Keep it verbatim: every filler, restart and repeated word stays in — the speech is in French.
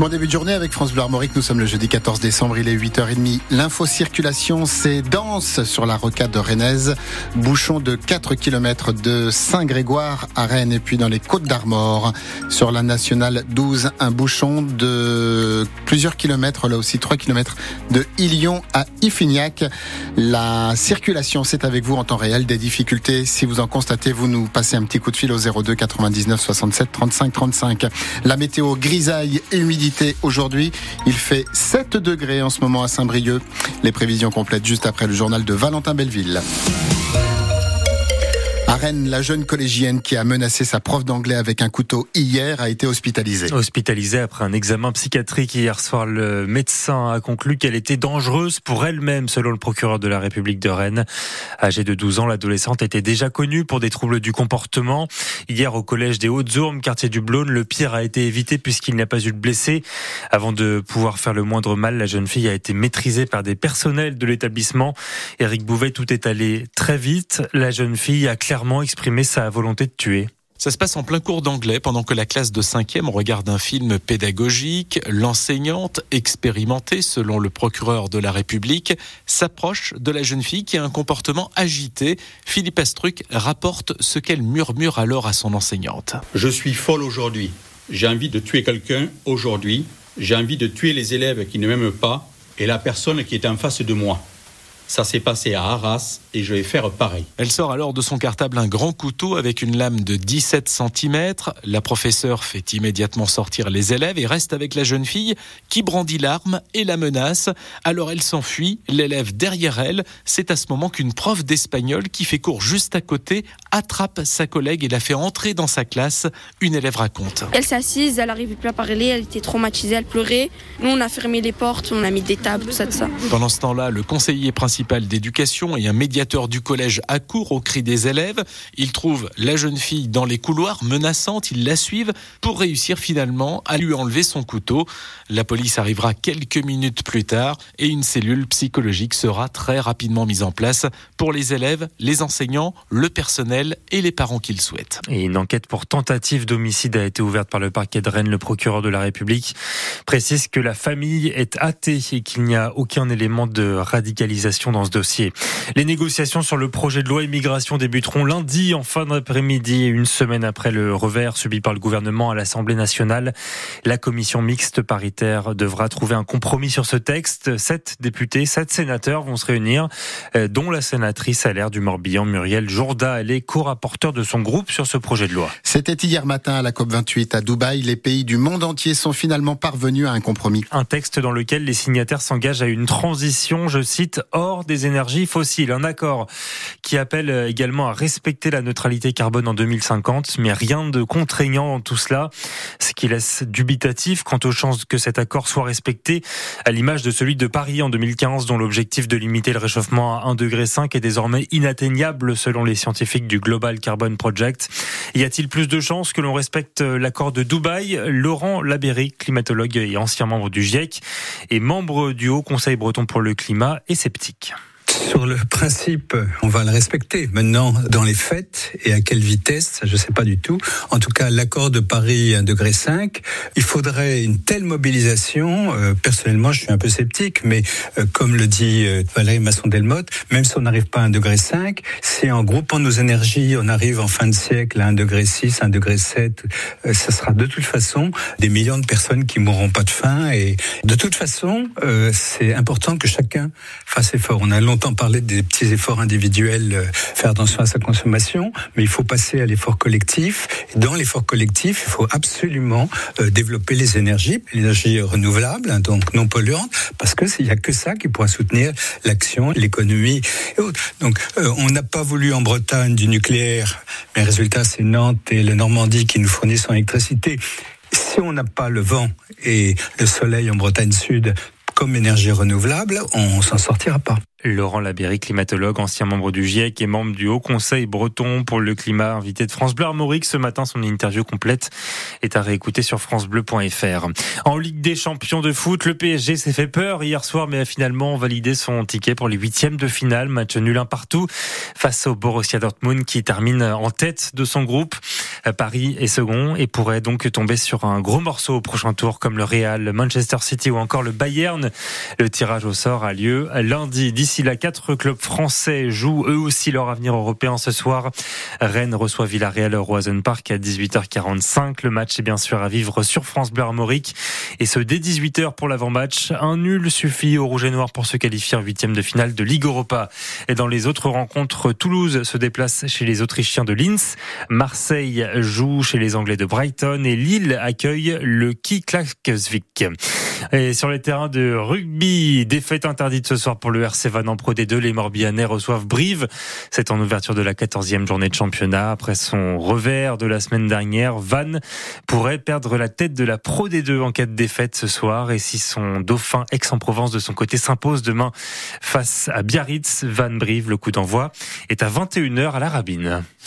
Bon début de journée avec France Bleu Armorique. Nous sommes le jeudi quatorze décembre, il est huit heures trente. L'info circulation, c'est dense sur la rocade rennaise. Bouchon de quatre kilomètres de Saint-Grégoire à Rennes et puis dans les Côtes d'Armor. Sur la nationale douze, un bouchon de plusieurs kilomètres, là aussi trois kilomètres de Illion à Iffignac. La circulation, c'est avec vous en temps réel. Des difficultés, si vous en constatez, vous nous passez un petit coup de fil au zéro deux quatre-vingt-dix-neuf soixante-sept trente-cinq trente-cinq. La météo grisaille et humidité aujourd'hui. Il fait sept degrés en ce moment à Saint-Brieuc. Les prévisions complètes juste après le journal de Valentin Belleville. À Rennes, la jeune collégienne qui a menacé sa prof d'anglais avec un couteau hier a été hospitalisée. Hospitalisée après un examen psychiatrique hier soir, le médecin a conclu qu'elle était dangereuse pour elle-même, selon le procureur de la République de Rennes. Âgée de douze ans, l'adolescente était déjà connue pour des troubles du comportement. Hier, au collège des Hautes-Aurmes, quartier du Blône, le pire a été évité puisqu'il n'y a pas eu de blessés. Avant de pouvoir faire le moindre mal, la jeune fille a été maîtrisée par des personnels de l'établissement. Éric Bouvet, tout est allé très vite. La jeune fille a clairement exprimer sa volonté de tuer. Ça se passe en plein cours d'anglais pendant que la classe de cinquième regarde un film pédagogique. L'enseignante, expérimentée selon le procureur de la République, s'approche de la jeune fille qui a un comportement agité. Philippe Astruc rapporte ce qu'elle murmure alors à son enseignante. Je suis folle aujourd'hui. J'ai envie de tuer quelqu'un aujourd'hui. J'ai envie de tuer les élèves qui ne m'aiment pas et la personne qui est en face de moi. Ça s'est passé à Arras et je vais faire pareil. Elle sort alors de son cartable un grand couteau avec une lame de dix-sept centimètres. La professeure fait immédiatement sortir les élèves et reste avec la jeune fille qui brandit l'arme et la menace. Alors elle s'enfuit, l'élève derrière elle. C'est à ce moment qu'une prof d'espagnol qui fait cours juste à côté attrape sa collègue et la fait entrer dans sa classe. Une élève raconte. Elle s'est assise, elle n'arrivait plus à parler, elle était traumatisée, elle pleurait. Nous on a fermé les portes, on a mis des tables, tout ça, tout ça. Pendant ce temps-là, le conseiller principal d'éducation et un médiateur du collège accourent au cri des élèves. Ils trouvent la jeune fille dans les couloirs menaçante, ils la suivent pour réussir finalement à lui enlever son couteau. La police arrivera quelques minutes plus tard et une cellule psychologique sera très rapidement mise en place pour les élèves, les enseignants, le personnel et les parents qui le souhaitent. Et une enquête pour tentative d'homicide a été ouverte par le parquet de Rennes. Le procureur de la République précise que la famille est athée et qu'il n'y a aucun élément de radicalisation dans ce dossier. Les négociations sur le projet de loi immigration débuteront lundi en fin d'après-midi, une semaine après le revers subi par le gouvernement à l'Assemblée nationale. La commission mixte paritaire devra trouver un compromis sur ce texte. Sept députés, sept sénateurs vont se réunir, dont la sénatrice à l'air du Morbihan, Muriel Jourda. Elle est co-rapporteure de son groupe sur ce projet de loi. C'était hier matin à la COP vingt-huit à Dubaï. Les pays du monde entier sont finalement parvenus à un compromis. Un texte dans lequel les signataires s'engagent à une transition, je cite, hors des énergies fossiles. Un accord qui appelle également à respecter la neutralité carbone en deux mille cinquante, mais rien de contraignant dans tout cela, ce qui laisse dubitatif quant aux chances que cet accord soit respecté, à l'image de celui de Paris en deux mille quinze, dont l'objectif de limiter le réchauffement à un degré cinq est désormais inatteignable selon les scientifiques du Global Carbon Project. Y a-t-il plus de chances que l'on respecte l'accord de Dubaï ? Laurent Labéry, climatologue et ancien membre du GIEC et membre du Haut Conseil breton pour le climat, est sceptique. Sur le principe, on va le respecter. Maintenant, dans les faits, et à quelle vitesse, je ne sais pas du tout. En tout cas, l'accord de Paris un degré cinq, il faudrait une telle mobilisation. Euh, personnellement, je suis un peu sceptique, mais euh, comme le dit euh, Valérie Masson-Delmotte, même si on n'arrive pas à un degré cinq, si en groupant nos énergies, on arrive en fin de siècle à un degré six, un degré sept, euh, ça sera de toute façon des millions de personnes qui mourront pas de faim. Et de toute façon, euh, c'est important que chacun fasse effort. On a longtemps parler des petits efforts individuels, euh, faire attention à sa consommation, mais il faut passer à l'effort collectif. Et dans l'effort collectif, il faut absolument euh, développer les énergies, l'énergie renouvelable, hein, donc non polluante, parce que il n'y a que ça qui pourra soutenir l'action, l'économie et autres. Donc, euh, on n'a pas voulu en Bretagne du nucléaire, mais le résultat, c'est Nantes et la Normandie qui nous fournissent en électricité. Si on n'a pas le vent et le soleil en Bretagne Sud comme énergie renouvelable, on s'en sortira pas. Laurent Labéry, climatologue, ancien membre du GIEC et membre du Haut Conseil breton pour le climat, invité de France Bleu Armorique ce matin. Son interview complète est à réécouter sur francebleu point f r. En Ligue des champions de foot, le P S G s'est fait peur hier soir, mais a finalement validé son ticket pour les huitièmes de finale. Match nul un partout face au Borussia Dortmund qui termine en tête de son groupe. Paris est second et pourrait donc tomber sur un gros morceau au prochain tour comme le Real, le Manchester City ou encore le Bayern. Le tirage au sort a lieu lundi. D'ici là, quatre clubs français jouent eux aussi leur avenir européen ce soir. Rennes reçoit Villarreal au Roazhon Park à dix-huit heures quarante-cinq. Le match est bien sûr à vivre sur France Bleu Armorique. Et ce dès dix-huit heures pour l'avant-match. Un nul suffit aux Rouges et Noirs pour se qualifier en huitième de finale de Ligue Europa. Et dans les autres rencontres, Toulouse se déplace chez les Autrichiens de Linz. Marseille joue chez les Anglais de Brighton et Lille accueille le Kiel-Klaksvik. Et sur les terrains de rugby, défaite interdite ce soir pour le R C Vannes en Pro D deux. Les Morbihanais reçoivent Brive. C'est en ouverture de la quatorzième journée de championnat. Après son revers de la semaine dernière, Vannes pourrait perdre la tête de la Pro D deux en cas de défaite ce soir. Et si son dauphin Aix-en-Provence de son côté s'impose demain face à Biarritz, Vannes-Brive, le coup d'envoi est à vingt et une heures à la Rabine.